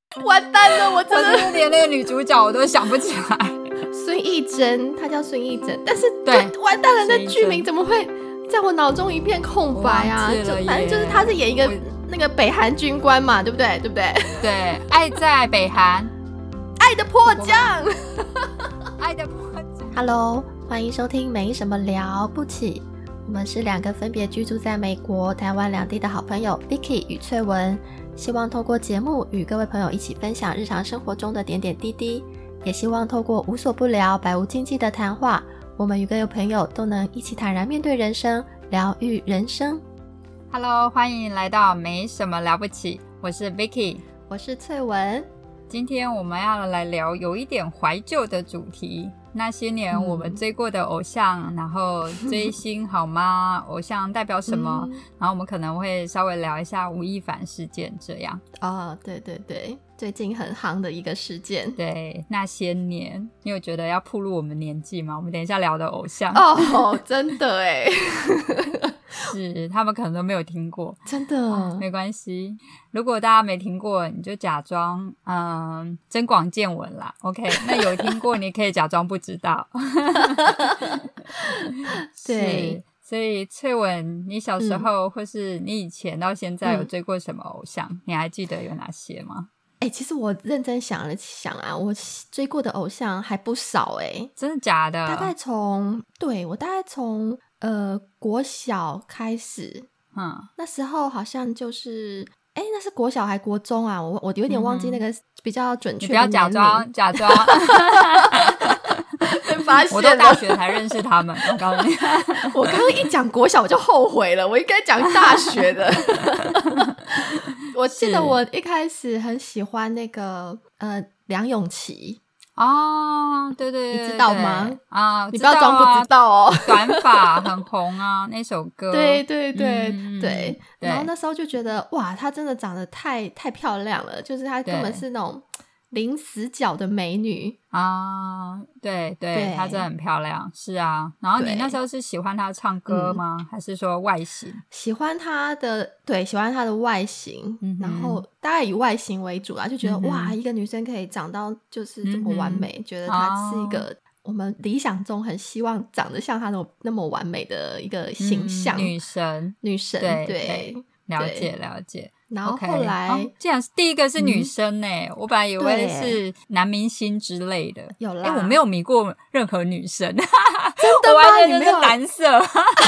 完蛋了，我真的是连那个女主角我都想不起来。 孙艺珍，她叫孙艺珍，但是对， 完蛋了，那剧名怎么会在我脑中一片空白啊？反正就是她是演一个那个北韩军官嘛，对不对？对不对？ 对，爱在北韩， 爱的迫降， 爱的迫降。 Hello， 欢迎收听没什么了不起，我们是两个分别居住在美国、台湾两地的好朋友 Vicky 与翠文，希望透过节目与各位朋友一起分享日常生活中的点点滴滴，也希望透过无所不聊、百无禁忌的谈话，我们与各位朋友都能一起坦然面对人生，疗愈人生。 Hello， 欢迎来到没什么了不起，我是 Vicky， 我是翠文。 今天我们要来聊有一点怀旧的主题，那些年我们追过的偶像，然后追星好吗？偶像代表什么？然后我们可能会稍微聊一下吴亦凡事件这样。 哦，对对对，最近很夯的一个事件。 对，那些年，你有觉得要暴露我们年纪吗？我们等一下聊的偶像。 哦，真的耶。 是，他们可能都没有听过， 真的， 没关系。如果大家没听过，你就假装增广见闻啦。OK， 那有听过，你可以假装不知道。 对， 所以翠文，你小时候、或是你以前到现在有追过什么偶像？你还记得有哪些吗？ 其实我认真想了想啊，我追过的偶像还不少真的假的？ 我大概从国小开始，那时候好像就是那是国小还国中啊，我有点忘记那个比较准确的年龄。 你不要假装被发现了， 我到大学才认识他们。我告诉你， 我刚刚一讲国小我就后悔了，我应该讲大学的。我记得我一开始很喜欢那个梁咏琪。 哦，对对对， 你知道吗？ 啊， 你不要装不知道哦。 短发很红啊，那首歌。 对对对、对。然后那时候就觉得哇，她真的长得太漂亮了，就是她根本是那种零死角的美女啊！对对，她真的很漂亮，是啊。然后你那时候是喜欢她唱歌吗？还是说外形？ 喜欢她的外形，然后大概以外形为主啦，就觉得哇，一个女生可以长到就是这么完美，觉得她是一个我们理想中很希望长得像她那么完美的一个形象， 女神， 对， 了解。 然后后来既然第一个是女生我本来以为是男明星之类的。 有啦， 我没有迷过任何女生。真的吗？ 我完全就是蓝色。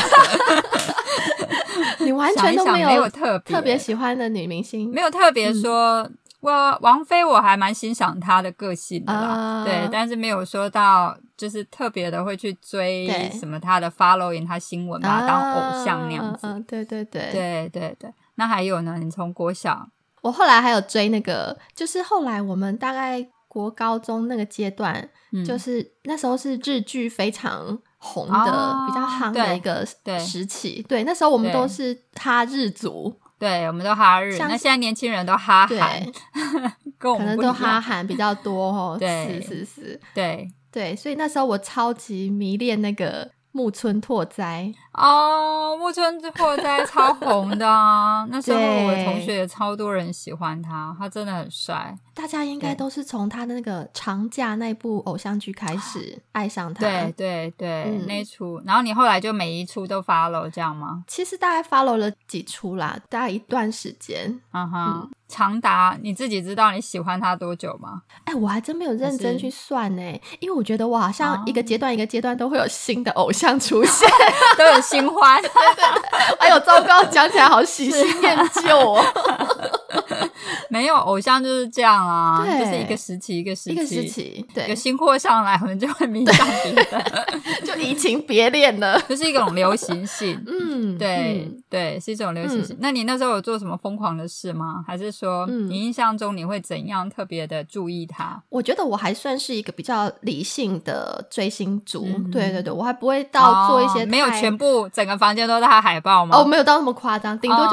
你完全都没有特别喜欢的女明星？ 没有特别说王菲我还蛮欣赏她的个性的啦，对，但是没有说到就是特别的会去追什么她的 following 她新闻把她当偶像那样子。对。那还有呢？你从国小， 我后来还有追那个，就是后来我们大概国高中那个阶段，就是那时候是日剧非常红的、比较夯的一个时期。对，那时候我们都是哈日族。 对，我们都哈日。那现在年轻人都哈韩，跟我们可能都哈韩比较多哦。 对， 是。 对， 所以那时候我超级迷恋那个木村拓哉。 木村拓哉超红的啊！那时候我的同学也超多人喜欢他，他真的很帅。 大家应该都是从他的那个长假那部偶像剧开始爱上他。 对、那一出。然后你后来就每一出都 follow 这样吗？ 其实大概 follow 了几出啦，大概一段时间。 长达你自己知道你喜欢他多久吗？ 我还真没有认真去算因为我觉得我好像一个阶段一个阶段都会有新的偶像出现。 都有新欢。对， 哎呦糟糕，讲起来好喜新厌旧哦。 没有，偶像就是这样啊，就是一个时期一个时期， 对， 有新货上来我们就会迷上别的。 就移情别恋了， 就是一种流行性。对，是一种流行性。那你那时候有做什么疯狂的事吗？还是说你印象中你会怎样特别的注意他？ 我觉得我还算是一个比较理性的追星族。对，我还不会到做一些没有全部整个房间都是他海报吗？ 没有到那么夸张，顶多就是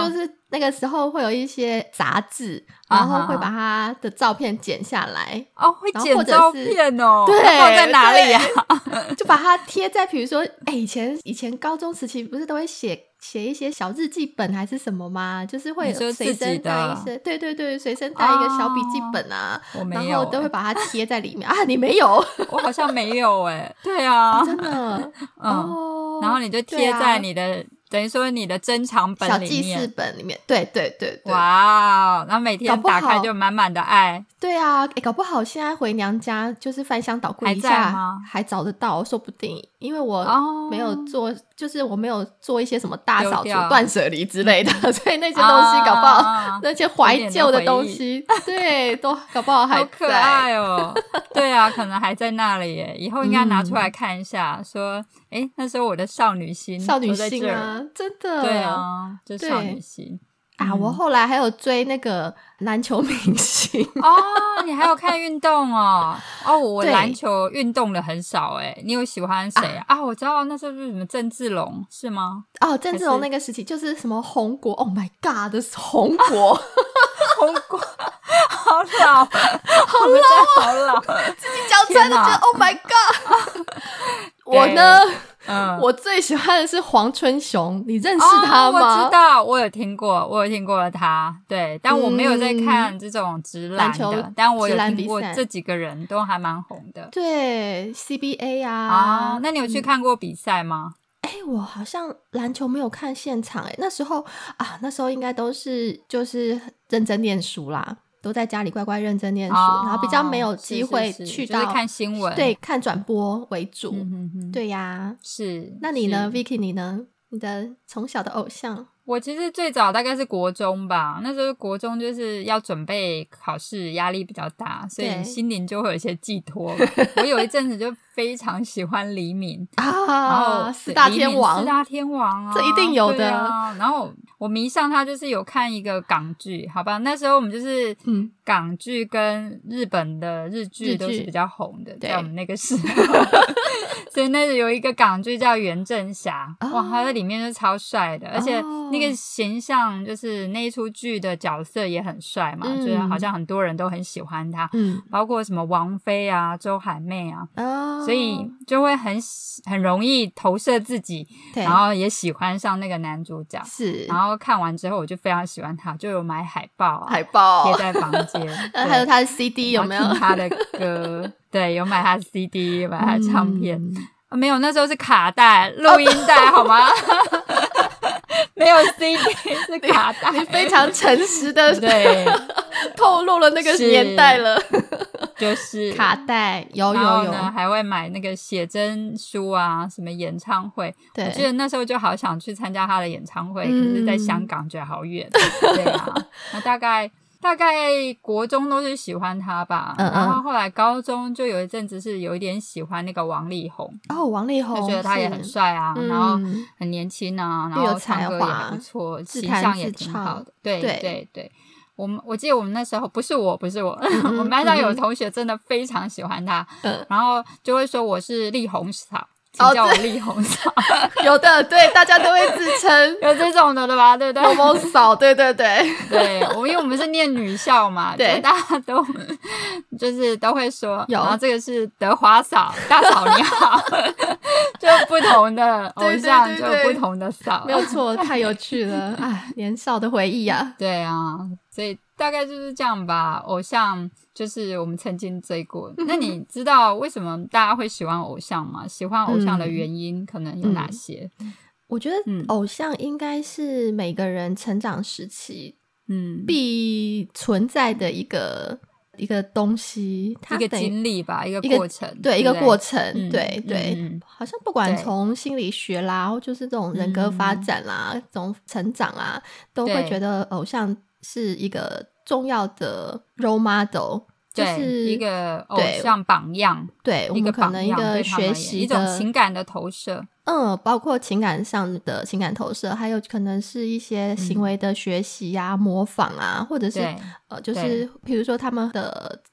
那个时候会有一些杂志，然后会把他的照片剪下来会剪照片对， 放在哪里啊？ 就把它贴在比如说以前高中时期不是都会写一些小日记本还是什么吗？就是会随身带一些，对对对，随身带一个小笔记本啊， 我没有然后都会把它贴在里面啊。你没有？ 我好像没有对啊， 真的然后你就贴在你的等于说你的珍藏本里面， 小记事本里面，对对对对， 哇，然后每天打开就满满的爱。 对啊，搞不好现在回娘家就是翻箱倒柜一下还找得到，说不定。因为我没有做就是我没有做一些什么大扫除断舍离之类的，所以那些东西搞不好那些怀旧的东西对，都搞不好还在。 好可爱对啊，可能还在那里耶，以后应该拿出来看一下，说那时候我的少女心啊，真的， 对啊，就少女心啊！我后来还有追那个篮球明星你还有看运动我篮球运动的很少你有喜欢谁啊？我知道那时候是什么郑志龙是吗？ 郑志龙那个时期就是什么红国 ，Oh my God 的红国红国好老好老自己讲出来就觉得 Oh my God 我呢我最喜欢的是黄春雄，你认识他吗？ 我知道，我有听过他，对，但我没有在看这种直篮的，但我有听过这几个人都还蛮红的。 对 CBA 啊那你有去看过比赛吗？ 我好像篮球没有看现场那时候应该都是就是认真念书啦，都在家里乖乖认真念书然后比较没有机会去到就是看新闻， 对，看转播为主对呀是。 那你呢 Vicky 你呢？你的从小的偶像？ 我其实最早大概是国中吧，那时候国中就是要准备考试，压力比较大，所以心灵就会有一些寄托我有一阵子就非常喜欢黎明然后四大天王这一定有的然后我迷上他就是有看一个港剧，好吧，那时候我们就是港剧跟日本的日剧都是比较红的，在我们那个时候所以那时候有一个港剧叫袁振霞哇，他在里面就超帅的而且那个形象就是那一出剧的角色也很帅嘛就是好像很多人都很喜欢他包括什么王菲啊周海媚啊所以就会很容易投射自己然后也喜欢上那个男主角是然后看完之后我就非常喜欢他，就有买海报贴在房间还有他的 CD 有没有听他的歌对，有买他的 CD 有买他的唱片没有，那时候是卡带录音带好吗没有 CD 是卡带你非常诚实的对透露了那个年代了就是卡带有然后呢还会买那个写真书啊什么演唱会对我记得那时候就好想去参加他的演唱会可是在香港觉得好远对啊那大概国中都是喜欢他吧然后后来高中就有一阵子是有一点喜欢那个王力宏王力宏就觉得他也很帅然后很年轻然后唱歌也很不错形象也挺好的对对对我记得我们那时候不是我我们班上有同学真的非常喜欢他然后就会说我是力宏嫂请叫我力宏嫂有的对大家都会自称有这种的对吧对不对某某嫂对对对对因为我们是念女校嘛对就大家都就是都会说然后这个是德华嫂大嫂你好就不同的偶像就有不同的嫂没有错太有趣了年少的回忆啊对啊所以大概就是这样吧偶像就是我们曾经追过那你知道为什么大家会喜欢偶像吗喜欢偶像的原因可能有哪些我觉得偶像应该是每个人成长时期必存在的一个东西一个经历吧一个过程对一个过程对对好像不管从心理学啦或就是这种人格发展啦这种成长啊都会觉得偶像是一个重要的 role model 就是一个偶像榜样对我们可能一个学习的一种情感的投射包括情感上的情感投射还有可能是一些行为的学习啊模仿啊或者是就是比如说他们的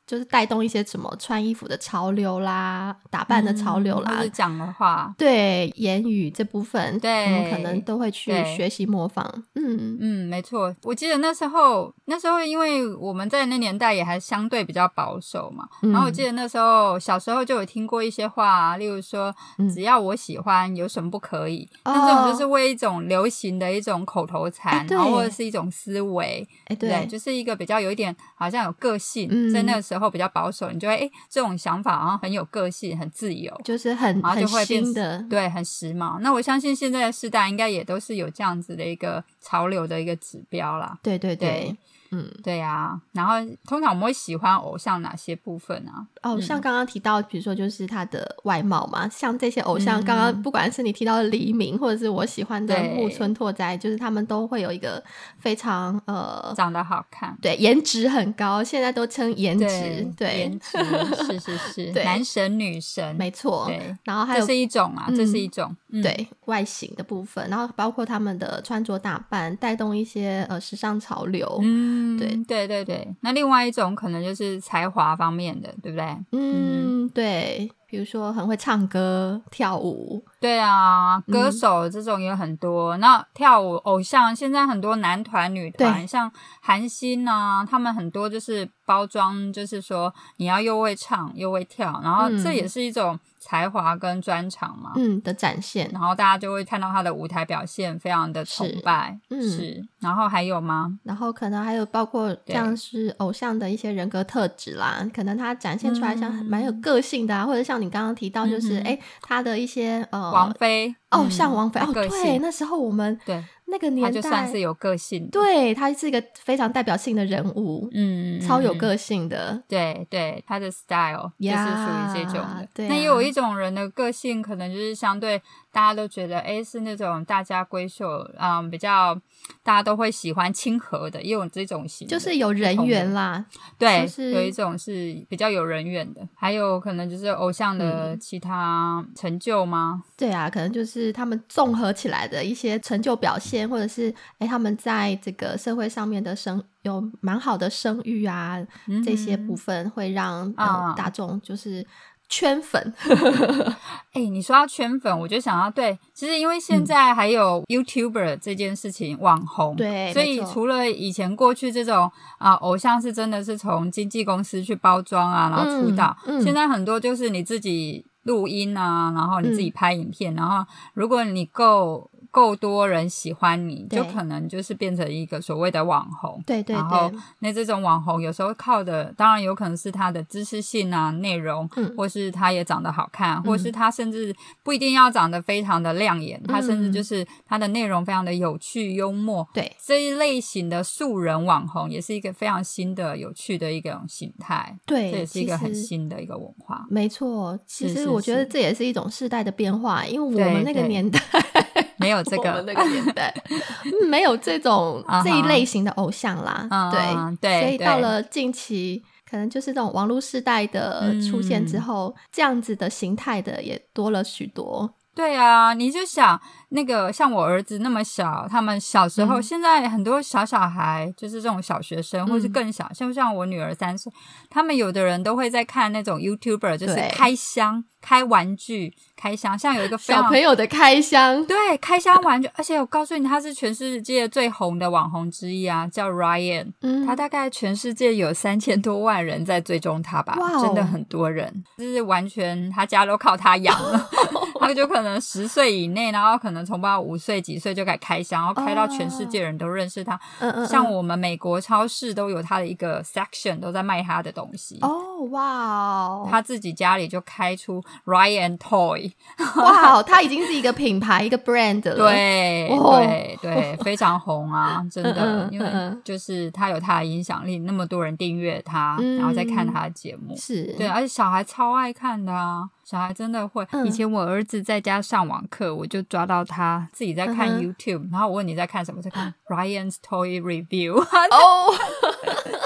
就是带动一些什么穿衣服的潮流啦，打扮的潮流啦， 或是讲的话， 对，言语这部分， 对， 我们可能都会去学习模仿。 没错。我记得那时候因为我们在那年代也还相对比较保守嘛，然后我记得那时候小时候就有听过一些话，例如说只要我喜欢有什么不可以，那这种就是为一种流行的一种口头禅，然后或者是一种思维，对，就是一个比较有一点好像有个性，在那个时候比较保守，你就会这种想法好像很有个性，很自由， 就是很新的， 对，很时髦。那我相信现在的世代应该也都是有这样子的一个潮流的一个指标啦。 对， 对啊。然后通常我们会喜欢偶像哪些部分啊？ 像刚刚提到比如说就是他的外貌嘛，像这些偶像刚刚不管是你提到的黎明或者是我喜欢的木村拓哉，就是他们都会有一个非常长得好看， 对，颜值很高，现在都称颜值，对， 颜值是男神女神， 没错。 对， 然后还有这是一种啊，这是一种对外形的部分，然后包括他们的穿着打扮带动一些时尚潮流， 对。那另外一种可能就是才华方面的，对不对？ 对，比如说很会唱歌跳舞， 对啊，歌手这种也很多。那跳舞偶像现在很多男团女团，像韩星啊，他们很多就是包装，就是说你要又会唱又会跳，然后这也是一种才华跟专长嘛， 的展现， 然后大家就会看到他的舞台表现非常的崇拜，是。然后还有吗？ 然后可能还有包括像是偶像的一些人格特质啦，可能他展现出来像蛮有个性的啊，或者像你刚刚提到就是他的一些王菲像王菲对，那时候我们对那个年代他就算是有个性的， 对，他是一个非常代表性的人物，超有个性的， 对，他的 style 就是属于这种的。 对， 那也有一种人的个性可能就是相对大家都觉得是那种大家闺秀，比较大家都会喜欢亲和的，也有这种型的， 就是有人缘啦， 对， 就是有一种是比较有人缘的，还有可能就是偶像的其他成就吗？ 对啊，可能就是他们综合起来的一些成就表现，或者是他们在这个社会上面的有蛮好的声誉啊，这些部分会让大众就是圈粉。 你说到圈粉我就想到，对，其实因为现在还有 YouTuber 这件事情，网红， 对， 所以除了以前过去这种偶像是真的是从经纪公司去包装啊，然后出道，现在很多就是你自己录音啊，然后你自己拍影片，然后如果你够多人喜欢你，就可能就是变成一个所谓的网红。 对， 然后那这种网红有时候靠的当然有可能是他的知识性啊内容，或是他也长得好看，或是他甚至不一定要长得非常的亮眼，他甚至就是他的内容非常的有趣幽默。 对， 这一类型的素人网红也是一个非常新的有趣的一种形态。 对， 这也是一个很新的一个文化。 没错，其实我觉得这也是一种世代的变化，因为我们那个年代没有这个， 我们那个年代没有这种这一类型的偶像啦，对，所以到了近期可能就是这种网络世代的出现之后，这样子的形态的也多了许多。 对啊，你就想那个像我儿子那么小，他们小时候，现在很多小孩就是这种小学生或是更小，像我女儿3岁，他们有的人都会在看那种 YouTuber， 就是开箱开玩具开箱，像有一个非常小朋友的开箱， 对，开箱玩具，而且我告诉你他是全世界最红的网红之一啊，叫 Ryan，他大概全世界有3000多万人在追踪他吧，真的很多人，就是完全他家都靠他养了他就可能10岁以内，然后可能从5岁几岁就开箱，然后开到全世界人都认识他，像我们美国超市都有他的一个 section 都在卖他的东西，他自己家里就开出 Ryan Toy， 哇，他已经是一个品牌一个 brand 了， 对，非常红啊，真的，因为就是他有他的影响力，那么多人订阅他，然后再看他的节目， 是对，而且小孩超爱看的啊，小孩真的会，以前我儿子在家上网课，我就抓到他自己在看 YouTube，然后我问你在看什么，在看 Ryan's Toy Review，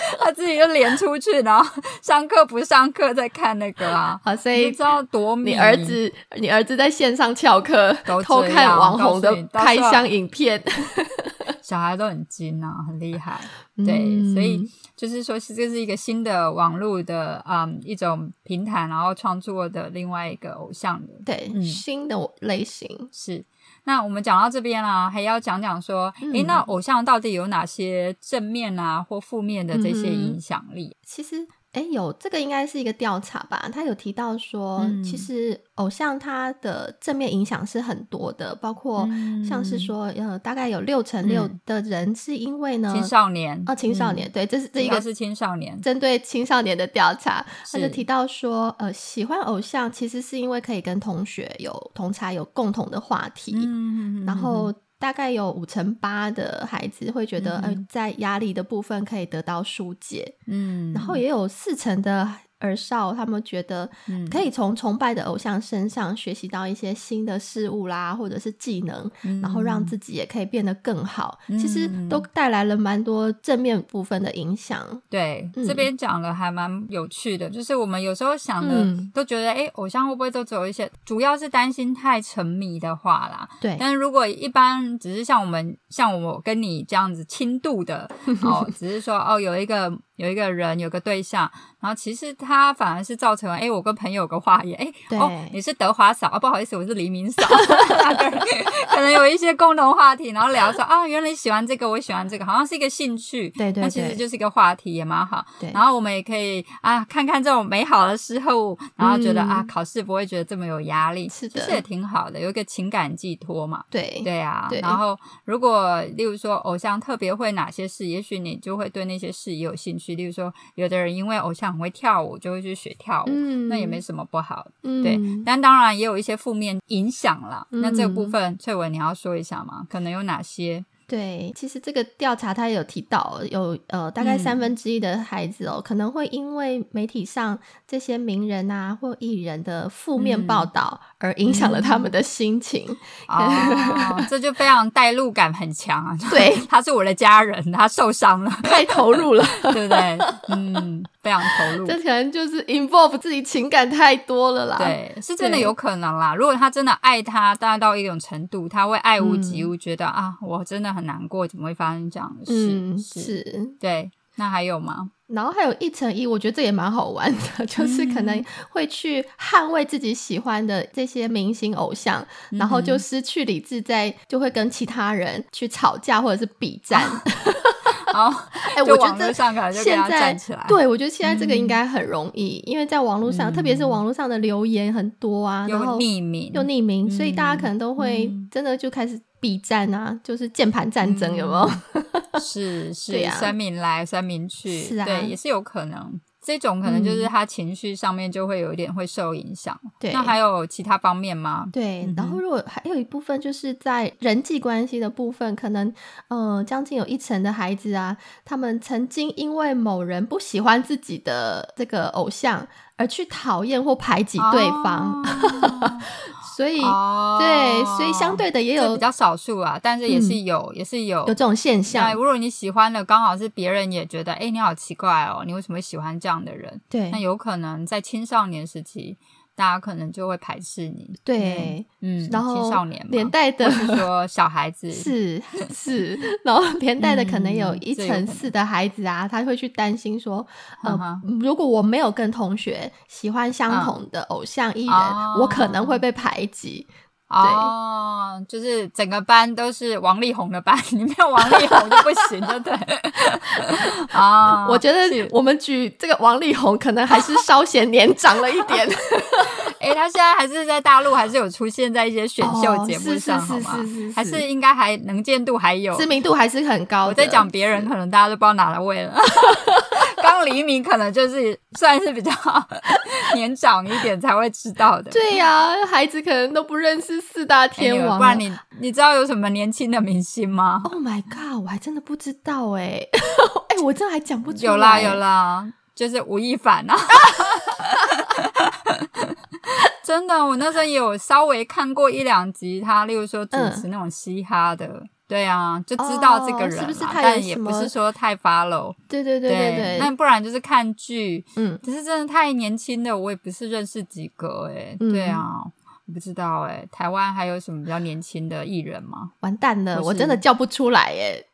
他自己就连出去，然后上课不上课在看那个啊。 所以你知道多迷。 你儿子在线上翘课偷看网红的开箱影片。 小孩都很精啊，很厉害。对，所以就是说这是一个新的网络的一种平台，然后创作的另外一个偶像的。 对，新的类型。 是。那我们讲到这边啊，还要讲讲说那偶像到底有哪些正面啊或负面的这些影响力？ 其实有这个应该是一个调查吧，他有提到说其实偶像他的正面影响是很多的，包括像是说大概有6%的人是因为呢青少年青少年，对，这一个是青少年， 针对青少年的调查。他就提到说喜欢偶像其实是因为可以跟同学有同侪有共同的话题，然后大概有58%的孩子会觉得在压力的部分可以得到疏解，然后也有40%的儿少他们觉得可以从崇拜的偶像身上学习到一些新的事物啦，或者是技能，然后让自己也可以变得更好，其实都带来了蛮多正面部分的影响。 对，这边讲了还蛮有趣的，就是我们有时候想的都觉得偶像会不会都只有一些，主要是担心太沉迷的话啦。 对， 但是如果一般只是像我跟你这样子轻度的只是说有一个人有个对象，然后其实他反而是造成我跟朋友有个话题，你是德华嫂不好意思我是黎明嫂可能有一些共同话题，然后聊说原来你喜欢这个我喜欢这个，好像是一个兴趣。 对， 那其实就是一个话题，也蛮好。 对， 然后我们也可以看看这种美好的事物，然后觉得考试不会觉得这么有压力， 是的， 其实也挺好的，有一个情感寄托嘛。对啊， 对。 然后如果例如说偶像特别会哪些事，也许你就会对那些事也有兴趣，例如说有的人因为偶像很会跳舞就会去学跳舞，那也没什么不好。对，但当然也有一些负面影响啦。那这个部分翠文你要说一下吗？可能有哪些？ 对，其实这个调查他有提到有大概1/3的孩子可能会因为媒体上这些名人啊或艺人的负面报道而影响了他们的心情。 这就非常代入感很强啊。 对， 他是我的家人，他受伤了， 太投入了对不对？非常投入， 这可能就是 involve 自己情感太多了啦。 对，是真的有可能啦。如果他真的爱他大概到一种程度，他会爱屋及乌，觉得我真的很难过，怎么会发生这样的事？ 是。 对，那还有吗？ 然后还有1%，我觉得这也蛮好玩的，就是可能会去捍卫自己喜欢的这些明星偶像，然后就失去理智，就会跟其他人去吵架或者是比战。 就网络上可能就跟他站起来。 对，我觉得现在这个应该很容易，因为在网络上特别是网络上的留言很多然后又匿名，所以大家可能都会真的就开始比战就是键盘战争，有没有？ 是酸民来酸民去， 是对，也是有可能。这种可能就是他情绪上面就会有一点会受影响。对，那还有其他方面吗？ 对，然后如果还有一部分就是在人际关系的部分，可能将近有1%的孩子他们曾经因为某人不喜欢自己的这个偶像而去讨厌或排挤对方。所以对，所以相对的也有比较少数但是也是有这种现象。 如果你喜欢的刚好是别人也觉得你好奇怪你为什么会喜欢这样的人？对，那有可能在青少年时期大家可能就会排斥你。 对，然后青少年嘛， 连带的或是说小孩子是，然后连带的可能有1/4的孩子他会去担心说如果我没有跟同学喜欢相同的偶像艺人我可能会被排挤。 就是整个班都是王力宏的班，你没有王力宏就不行，对不对？ 我觉得我们举这个王力宏可能还是稍显年长了一点。 他现在还是在大陆还是有出现在一些选秀节目上，好吗？还是应该还能见度还有， 知名度还是很高的。 我在讲别人可能大家都不知道哪来位了。刚黎明可能就是算是比较年长一点才会知道的。 对孩子可能都不认识4大天王。 不然你知道有什么年轻的明星吗？ Oh my god， 我还真的不知道我真的还讲不出来。 有啦，就是吴亦凡真的，我那时候也有稍微看过1-2集他例如说主持那种嘻哈的对啊，就知道这个人啦， 是不是他但也不是说太 follow。 对对对对对， 那不然就是看剧，可是真的太年轻的，我也不是认识几个对啊，我不知道台湾还有什么比较年轻的艺人吗？ 完蛋了，我真的叫不出来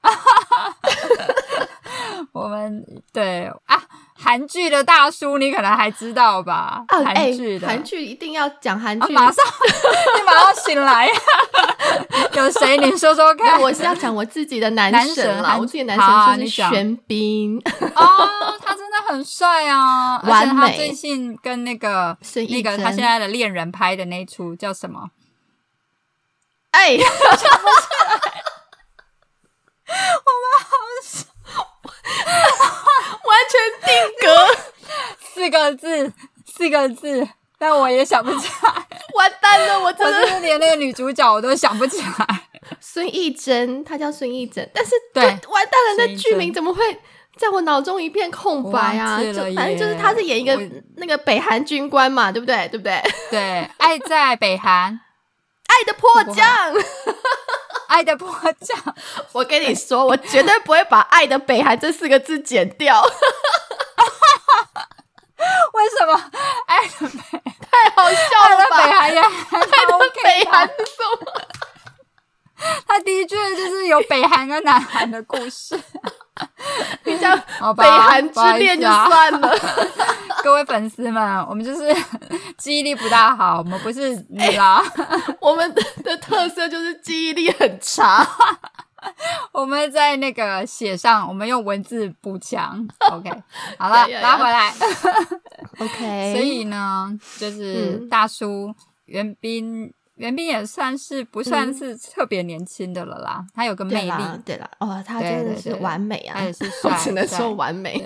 我们对啊，韩剧的大叔你可能还知道吧？韩剧的， 韩剧一定要讲韩剧， 马上你马上醒来有谁？你说说看。 我是要讲我自己的男神啦，我自己的男神就是玄彬他真的很帅啊，而且他最近跟那个他现在的恋人拍的那出叫什么？ 我想不出来我们好完全定格四个字，但我也想不起来。 完蛋了，我真的连那个女主角我都想不起来。 孙艺珍，她叫孙艺珍，但是对，完蛋了，那剧名怎么会在我脑中一片空白啊？反正就是她是演一个那个北韩军官嘛，对不对？ 对，爱在北韩， 爱的迫降。 爱的迫降， 我跟你说，我绝对不会把爱的北韩这4个字剪掉。 为什么爱的北太好笑了吧？ 爱的北韩也爱的北韩是什么？ 他的确就是有北韩跟南韩的故事。 你讲北韩之恋就算了。 各位粉丝们，我们就是记忆力不大好，我们不是你啦。 我们的特色就是记忆力很差。 我们在那个写上，我们用文字补强。OK， 好了，拉回来。 OK， 所以呢，就是大叔袁彬也不算是特别年轻的了啦，他有个魅力。 对啦，他真的是完美啊， 他也是帅， 我只能说完美。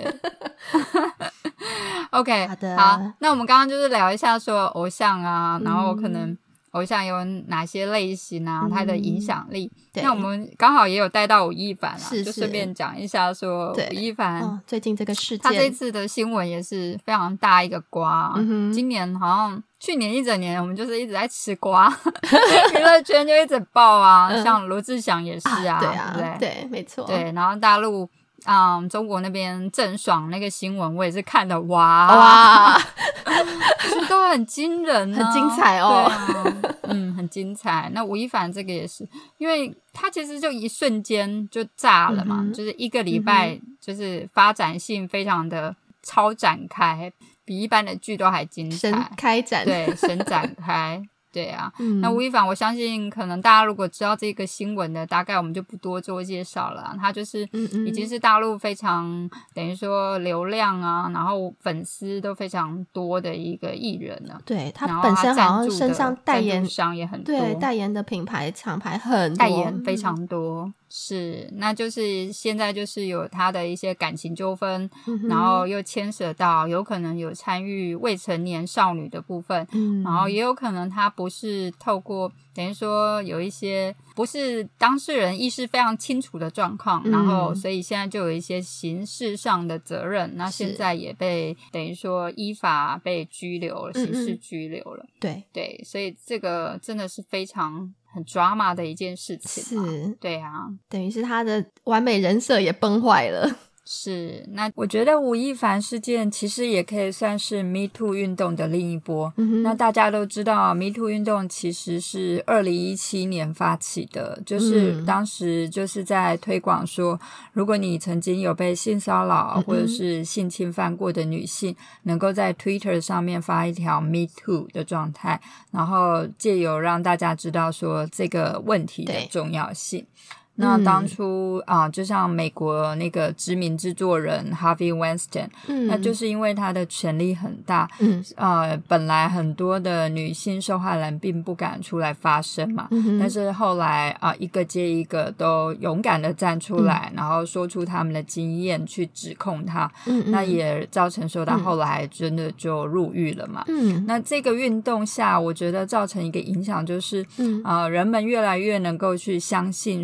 OK， 好，那我们刚刚就是聊一下说偶像啊，然后可能偶像有哪些类型啊，他的影响力。那我们刚好也有带到吴亦凡啊，就顺便讲一下说吴亦凡最近这个事件， 他这次的新闻也是非常大一个瓜。今年好像去年一整年我们就是一直在吃瓜，娱乐圈就一直爆啊，像罗志祥也是啊， 对啊， 对不对？ 对，没错。 对，然后大陆中国那边郑爽那个新闻我也是看的哇都很惊人很精彩哦。 对啊，很精彩。那吴亦凡这个也是，因为他其实就一瞬间就炸了嘛，就是一个礼拜就是发展性非常的超展开，比一般的剧都还精彩， 神开展， 对，神展开。对啊，那吴亦凡我相信可能大家如果知道这个新闻的，大概我们就不多做介绍了。他就是已经是大陆非常等于说流量啊，然后粉丝都非常多的一个艺人了。 对，他本身好像身上代言商也很多， 对，代言的品牌厂牌很多， 代言非常多。是，那就是现在就是有他的一些感情纠纷，然后又牵涉到有可能有参与未成年少女的部分，然后也有可能他不是透过等于说有一些不是当事人意识非常清楚的状况，然后所以现在就有一些刑事上的责任，那现在也被等于说依法被拘留了，刑事拘留了。对，所以这个真的是非常很 drama 的一件事情。 是， 对啊， 等于是他的完美人设也崩坏了。 是，那我觉得吴亦凡事件其实也可以算是 Me Too 运动的另一波。那大家都知道 Me Too 运动其实是2017年发起的，就是当时就是在推广说，如果你曾经有被性骚扰或者是性侵犯过的女性，能够在 Twitter 上面发一条 Me Too 的状态，然后借由让大家知道说这个问题的重要性。那当初就像美国那个知名制作人 Harvey Weinstein，那就是因为他的权力很大，本来很多的女性受害人并不敢出来发声嘛，但是后来一个接一个都勇敢的站出来，然后说出他们的经验去指控他，那也造成说他后来真的就入狱了嘛。那这个运动下，我觉得造成一个影响就是人们越来越能够去相信说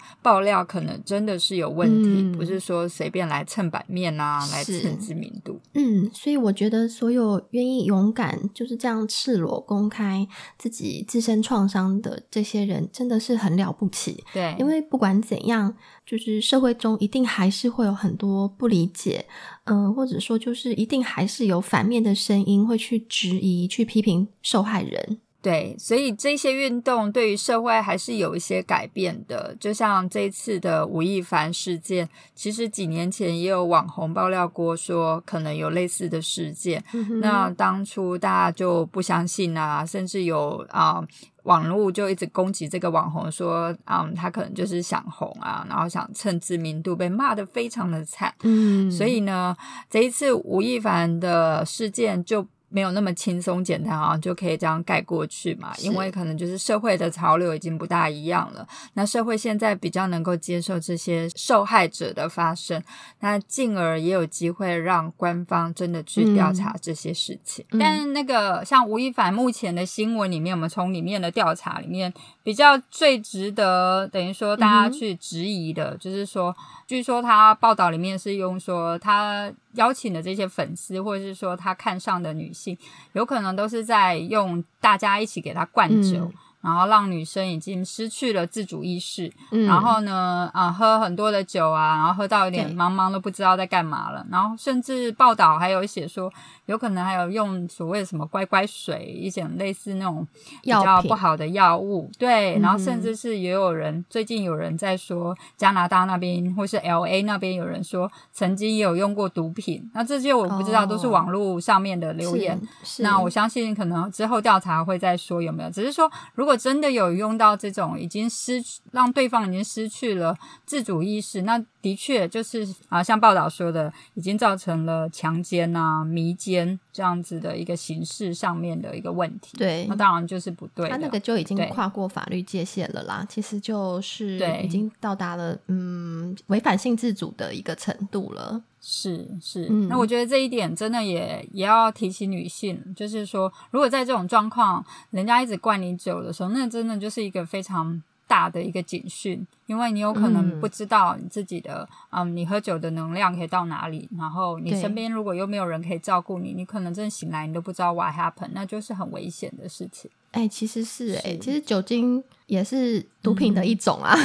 爆料可能真的是有问题，不是说随便来蹭版面啊，来蹭知名度。 所以我觉得所有愿意勇敢就是这样赤裸公开自己自身创伤的这些人真的是很了不起。 对， 因为不管怎样，就是社会中一定还是会有很多不理解，或者说就是一定还是有反面的声音会去质疑去批评受害人。 对，所以这些运动对于社会还是有一些改变的，就像这次的吴亦凡事件，其实几年前也有网红爆料过说可能有类似的事件，那当初大家就不相信啊，甚至有网络就一直攻击这个网红说他可能就是想红啊，然后想蹭知名度，被骂得非常的惨。所以呢这一次吴亦凡的事件就没有那么轻松简单啊，就可以这样盖过去嘛，因为可能就是社会的潮流已经不大一样了，那社会现在比较能够接受这些受害者的发生，那进而也有机会让官方真的去调查这些事情。但那个像吴亦凡目前的新闻里面，我们从里面的调查里面比较最值得等于说大家去质疑的，就是说据说他报道里面是用说他邀请的这些粉丝或者是说他看上的女性有可能都是在用大家一起给他灌酒，然后让女生已经失去了自主意识，然后呢喝很多的酒啊，然后喝到有点茫茫都不知道在干嘛了，然后甚至报道还有写说有可能还有用所谓什么乖乖水，一种类似那种比较不好的药物，对，然后甚至是也有人最近有人在说加拿大那边或是 LA 那边有人说曾经也有用过毒品，那这些我不知道，都是网络上面的留言，那我相信可能之后调查会再说有没有，只是说如果真的有用到这种已经让对方已经失去了自主意识，那的确就是像报道说的已经造成了强奸啊迷奸这样子的一个形式上面的一个问题， 对， 那当然就是不对的， 他那个就已经跨过法律界限了啦，其实就是已经到达了违反性自主的一个程度了。 是，那我觉得这一点真的也要提醒女性，就是说如果在这种状况人家一直灌你酒的时候，那真的就是一个非常大的一个警讯，因为你有可能不知道你自己的你喝酒的能量可以到哪里，然后你身边如果又没有人可以照顾你，你可能真的醒来你都不知道 what happened， 那就是很危险的事情。 其实是其实酒精也是毒品的一种啊。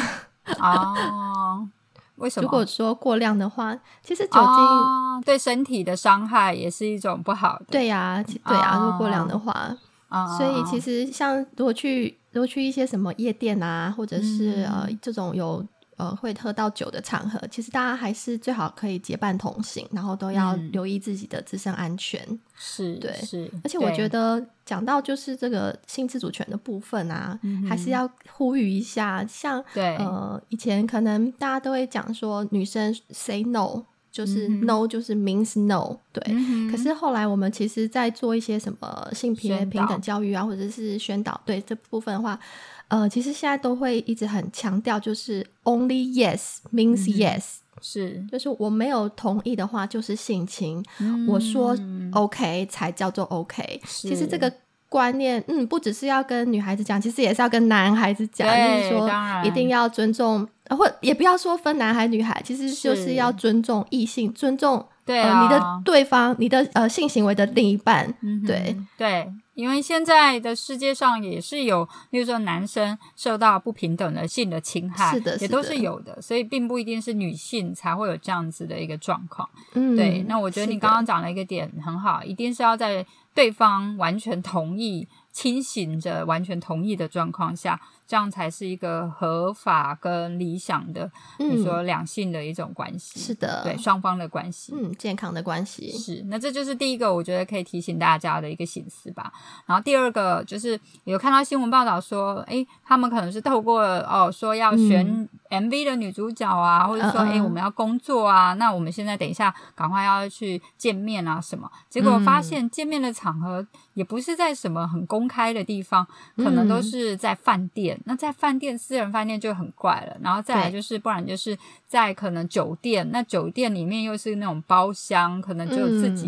为什么？ 如果说过量的话，其实酒精对身体的伤害也是一种不好的。 对啊，如果过量的话，所以其实像如果去一些什么夜店啊，或者是这种有会喝到酒的场合，其实大家还是最好可以结伴同行，然后都要留意自己的自身安全。对，而且我觉得讲到就是这个性自主权的部分啊，还是要呼吁一下，像以前可能大家都会讲说女生 say no，就是 no 就是 means no， 对，可是后来我们其实在做一些什么性别平等教育啊，或者是宣导，对这部分的话其实现在都会一直很强调，就是 only yes means yes，就是我没有同意的话就是性侵，我说 OK 才叫做 OK。 其实这个观念不只是要跟女孩子讲，其实也是要跟男孩子讲，就是说一定要尊重，或也不要说分男孩女孩，其实就是要尊重异性，尊重你的对方，你的性行为的另一半。 对，因为现在的世界上也是有例如说男生受到不平等的性的侵害，也都是有的，所以并不一定是女性才会有这样子的一个状况。对，那我觉得你刚刚讲了一个点很好，一定是要在对方完全同意，清醒着完全同意的状况下，这样才是一个合法跟理想的你说两性的一种关系。 是的，对， 双方的关系， 健康的关系。 是，那这就是第一个我觉得可以提醒大家的一个省思吧。然后第二个就是有看到新闻报道说他们可能是透过说要选 MV 的女主角啊，或者说我们要工作啊，那我们现在等一下赶快要去见面啊什么，结果发现见面的场合也不是在什么很公开的地方，可能都是在饭店，那在饭店私人饭店就很怪了，然后再来就是不然就是在可能酒店，那酒店里面又是那种包厢，可能只有自己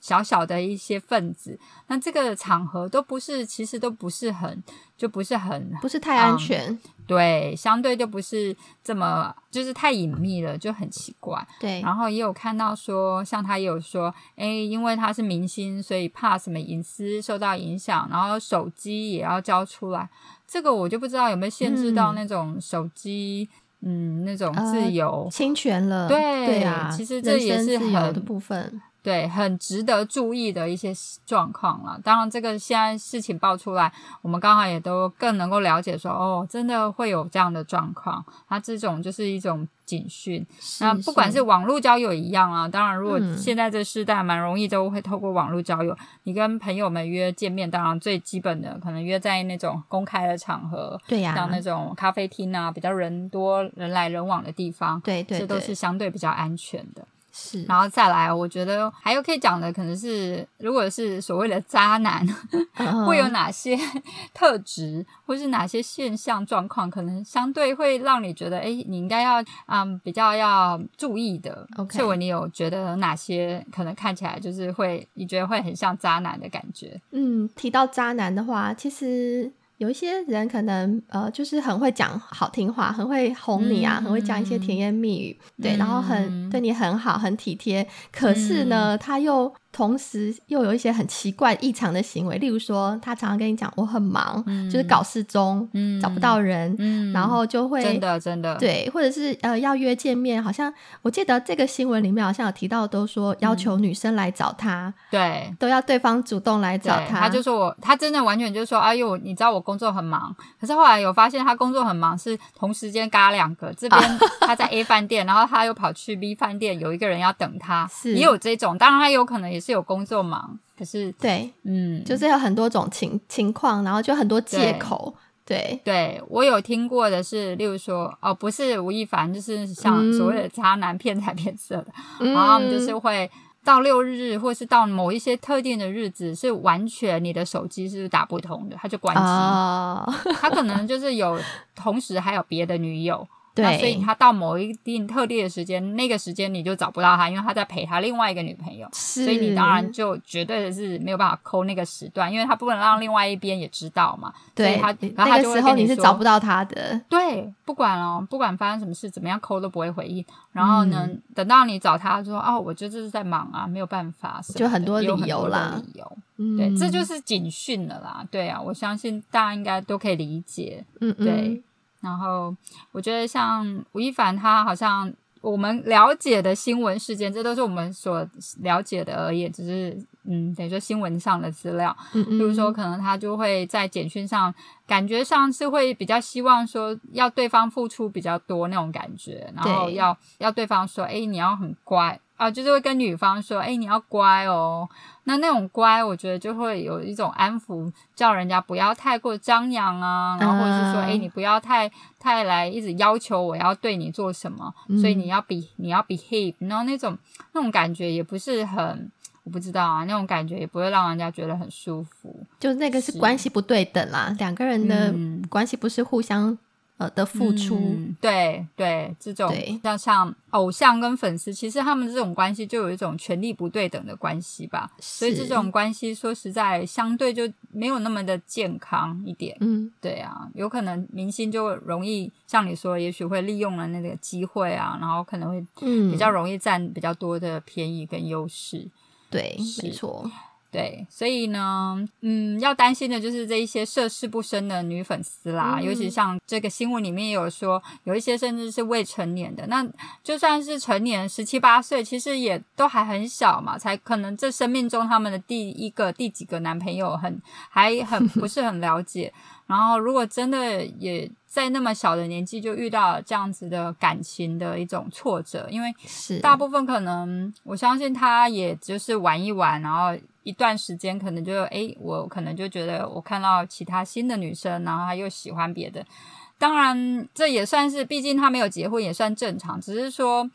小小的一些分子，那这个场合其实都不是太安全， 对，相对就不是这么就是太隐秘了，就很奇怪。 对， 然后也有看到说，像他也有说，因为他是明星，所以怕什么隐私受到影响，然后手机也要交出来。这个我就不知道有没有限制到那种手机，那种自由、 侵权了。对啊， 其实这也是人身自由的部分。 对，很值得注意的一些状况啦。当然这个现在事情爆出来，我们刚好也都更能够了解说，真的会有这样的状况，它这种就是一种警讯。那不管是网络交友一样啊，当然如果现在这世代蛮容易都会透过网络交友，你跟朋友们约见面，当然最基本的可能约在那种公开的场合， 对呀， 像那种咖啡厅啊，比较人多人来人往的地方， 对， 这都是相对比较安全的。 是， 然后再来我觉得还有可以讲的可能是如果是所谓的渣男会有哪些特质或是哪些现象状况可能相对会让你觉得你应该要比较要注意的。所以你有觉得哪些可能看起来就是会你觉得会很像渣男的感觉？ 提到渣男的话，其实有一些人可能就是很会讲好听话，很会哄你啊，很会讲一些甜言蜜语，对，然后很对你很好，很体贴，可是呢他又同时又有一些很奇怪异常的行为，例如说他常常跟你讲我很忙，就是搞失踪，找不到人，然后就会真的对，或者是要约见面，好像我记得这个新闻里面好像有提到都说要求女生来找他， 对， 都要对方主动来找他。 他就说他真的完全就说哎呦你知道我工作很忙，可是后来有发现他工作很忙是同时间嘎两个，这边他在 A 饭店然后他又跑去 B 饭店，有一个人要等他，也有这种，当然他有可能也是有工作忙，可是对就是有很多种情况，然后就很多借口。 对，我有听过的是例如说不是吴亦凡，就是像所谓的渣男骗财骗色的，然后他们就是会到6日或是到某一些特定的日子是完全你的手机是打不通的，他就关机他可能就是有同时还有别的女友，对，所以他到某一定特定的时间，那个时间你就找不到他，因为他在陪他另外一个女朋友，所以你当然就绝对的是没有办法抠那个时段，因为他不能让另外一边也知道嘛。 对， 然后他就会跟你说，那个时候你是找不到他的。 对，不管发生什么事，怎么样抠都不会回应。然后呢，等到你找他说我就是在忙啊，没有办法， 就很多理由啦。 对，这就是警讯了啦。对啊，我相信大家应该都可以理解。对。然后我觉得像吴亦凡他好像我们了解的新闻事件，这都是我们所了解的而已，只是等于说新闻上的资料。比如说可能他就会在简讯上感觉上是会比较希望说要对方付出比较多那种感觉，然后要对方说你要很乖就是会跟女方说你要乖哦，那种乖我觉得就会有一种安抚，叫人家不要太过张扬啊，然后或者是说你不要太来一直要求我要对你做什么，所以你要 behave， 然后那种感觉也不是很，我不知道啊，那种感觉也不会让人家觉得很舒服， 就那个是关系不对等啦，两个人的关系不是互相的付出。 对，这种像偶像跟粉丝，其实他们这种关系就有一种权力不对等的关系吧，所以这种关系说实在相对就没有那么的健康一点。对啊，有可能明星就容易像你说也许会利用了那个机会啊，然后可能会比较容易占比较多的便宜跟优势。 对，没错。 对，所以呢要担心的就是这一些涉世不深的女粉丝啦，尤其像这个新闻里面也有说有一些甚至是未成年的，那就算是成年17、18岁其实也都还很小嘛，才可能这生命中他们的第几个男朋友还不是很了解然后如果真的也在那么小的年纪就遇到这样子的感情的一种挫折，因为大部分可能我相信他也就是玩一玩，然后一段时间可能就我可能就觉得我看到其他新的女生，然后他又喜欢别的，当然这也算是毕竟他没有结婚也算正常，只是说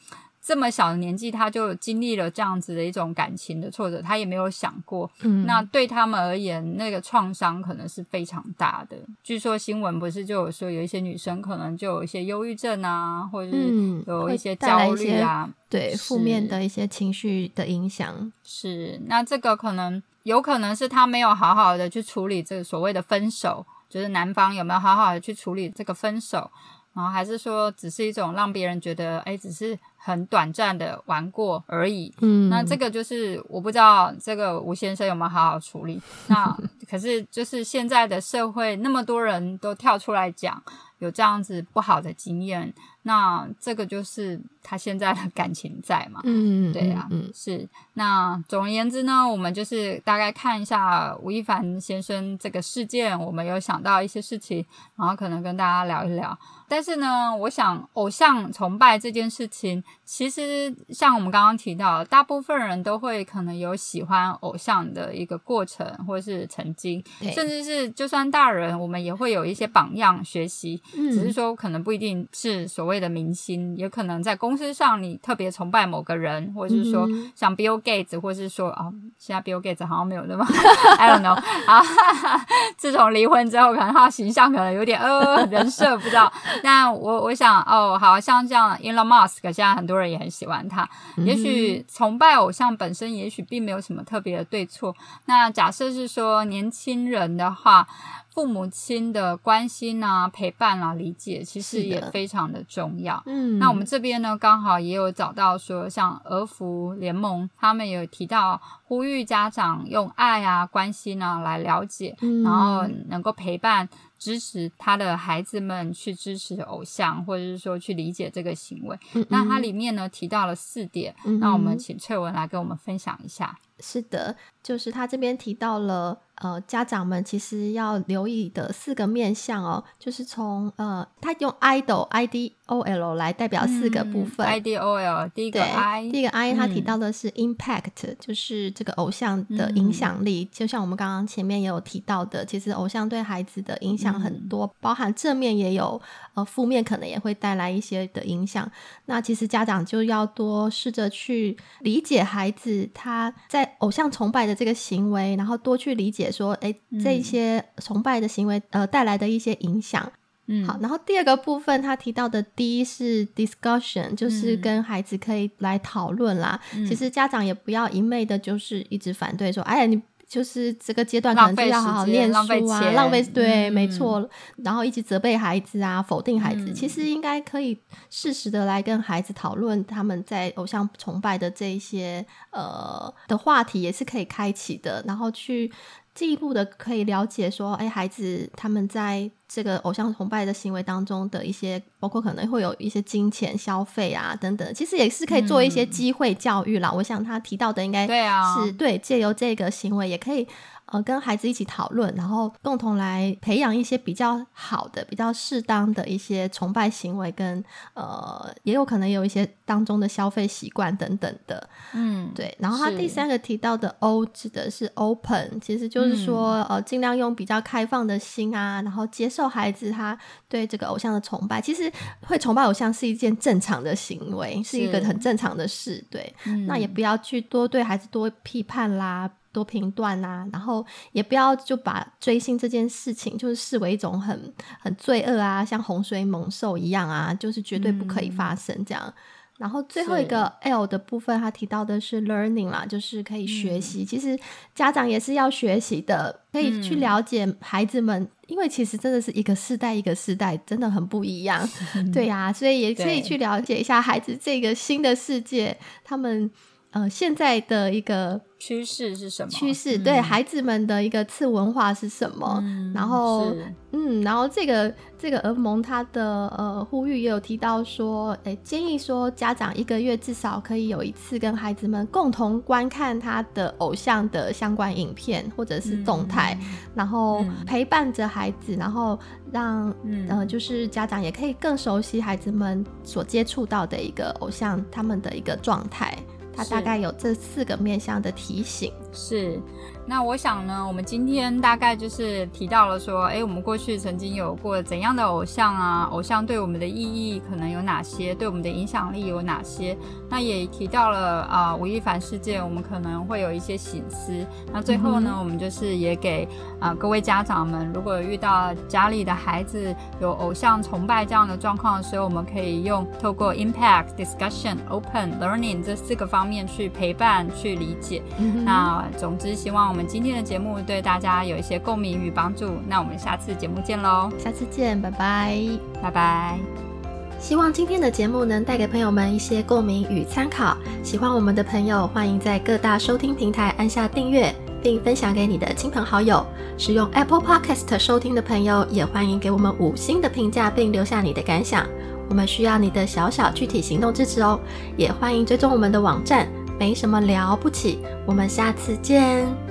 这么小的年纪他就经历了这样子的一种感情的挫折，他也没有想过，那对他们而言那个创伤可能是非常大的。据说新闻不是就有说有一些女生可能就有一些忧郁症啊，或者是有一些焦虑啊， 对，负面的一些情绪的影响。 是，那这个可能有可能是他没有好好的去处理这个所谓的分手，就是男方有没有好好的去处理这个分手，然后还是说只是一种让别人觉得只是很短暂的玩过而已。那这个就是我不知道这个吴先生有没有好好处理。那可是就是现在的社会那么多人都跳出来讲有这样子不好的经验，那这个就是他现在的感情在嘛。对啊，是。那总而言之呢，我们就是大概看一下吴亦凡先生这个事件，我们有想到一些事情，然后可能跟大家聊一聊。但是呢，我想偶像崇拜这件事情，其实像我们刚刚提到的，大部分人都会可能有喜欢偶像的一个过程，或是曾经，甚至是就算大人，我们也会有一些榜样学习。只是说可能不一定是所谓的明星，也可能在公司上你特别崇拜某个人，或者是说像 Bill Gates， 或是说现在 Bill Gates 好像没有那么I don't know 自从离婚之后可能他的形象可能有点人设不知道。但我想好像这样 Elon Musk 现在很多人也很喜欢他，也许崇拜偶像本身也许并没有什么特别的对错。那假设是说年轻人的话，父母亲的关心啊、陪伴啊、理解其实也非常的重要。那我们这边呢刚好也有找到说像儿福联盟他们有提到呼吁家长用爱啊、关心啊来了解，然后能够陪伴支持他的孩子们去支持偶像，或者是说去理解这个行为。那它里面呢提到了4点，那我们请翠文来跟我们分享一下。 是的，就是他这边提到了家长们其实要留意的4个面向哦，就是从他用 IDOL 来代表4个部分。 IDOL 第一个 I 他提到的是 impact，就是这个偶像的影响力。就像我们刚刚前面也有提到的，其实偶像对孩子的影响很多，包含正面也有负面可能也会带来一些的影响。那其实家长就要多试着去理解孩子他在偶像崇拜的这个行为，然后多去理解说这些崇拜的行为带来的一些影响。好，然后第2个部分他提到的D是 discussion， 就是跟孩子可以来讨论啦。其实家长也不要一昧的就是一直反对说你就是这个阶段可能就要好好念书啊，浪费对，没错。然后一直责备孩子啊，否定孩子。其实应该可以适时的来跟孩子讨论他们在偶像崇拜的这一些的话题，也是可以开启的，然后去进一步的可以了解说孩子他们在这个偶像崇拜的行为当中的一些，包括可能会有一些金钱消费啊等等，其实也是可以做一些机会教育啦。我想他提到的应该是对借由这个行为也可以跟孩子一起讨论，然后共同来培养一些比较好的比较适当的一些崇拜行为，跟也有可能有一些当中的消费习惯等等的。对。然后他第3个提到的 O 指的是 open， 其实就是说尽量用比较开放的心啊，然后接受孩子他对这个偶像的崇拜。其实会崇拜偶像是一件正常的行为，是一个很正常的事。对。那也不要去多对孩子多批判啦，多评断啊，然后也不要就把追星这件事情就是视为一种很罪恶啊，像洪水猛兽一样啊，就是绝对不可以发生这样。然后最后一个 L 的部分他提到的是 learning 啦，就是可以学习。其实家长也是要学习的，可以去了解孩子们，因为其实真的是一个世代一个世代真的很不一样。对啊，所以也可以去了解一下孩子这个新的世界，他们现在的一个趋势是什么？ 趋势对孩子们的一个次文化是什么？然后然后这个儿盟他的呼吁也有提到说建议说家长1个月至少可以有1次跟孩子们共同观看他的偶像的相关影片或者是动态，然后陪伴着孩子，然后让就是家长也可以更熟悉孩子们所接触到的一个偶像他们的一个状态。它大概有这4个面向的提醒。 是， 那我想呢，我们今天大概就是提到了说，我们过去曾经有过怎样的偶像啊，偶像对我们的意义可能有哪些，对我们的影响力有哪些，那也提到了吴亦凡事件，我们可能会有一些省思。那最后呢，我们就是也给各位家长们，如果有遇到家里的孩子有偶像崇拜这样的状况的时候，我们可以透过 impact discussion、open learning 这4个方面去陪伴去理解。那总之希望我们今天的节目对大家有一些共鸣与帮助。那我们下次节目见咯， 下次见，拜拜， 拜拜。 希望今天的节目能带给朋友们一些共鸣与参考。喜欢我们的朋友，欢迎在各大收听平台按下订阅，并分享给你的亲朋好友。使用 Apple Podcast 收听的朋友，也欢迎给我们5星的评价，并留下你的感想。我们需要你的小小具体行动支持哦。也欢迎追踪我们的网站，没什么了不起。我们下次见。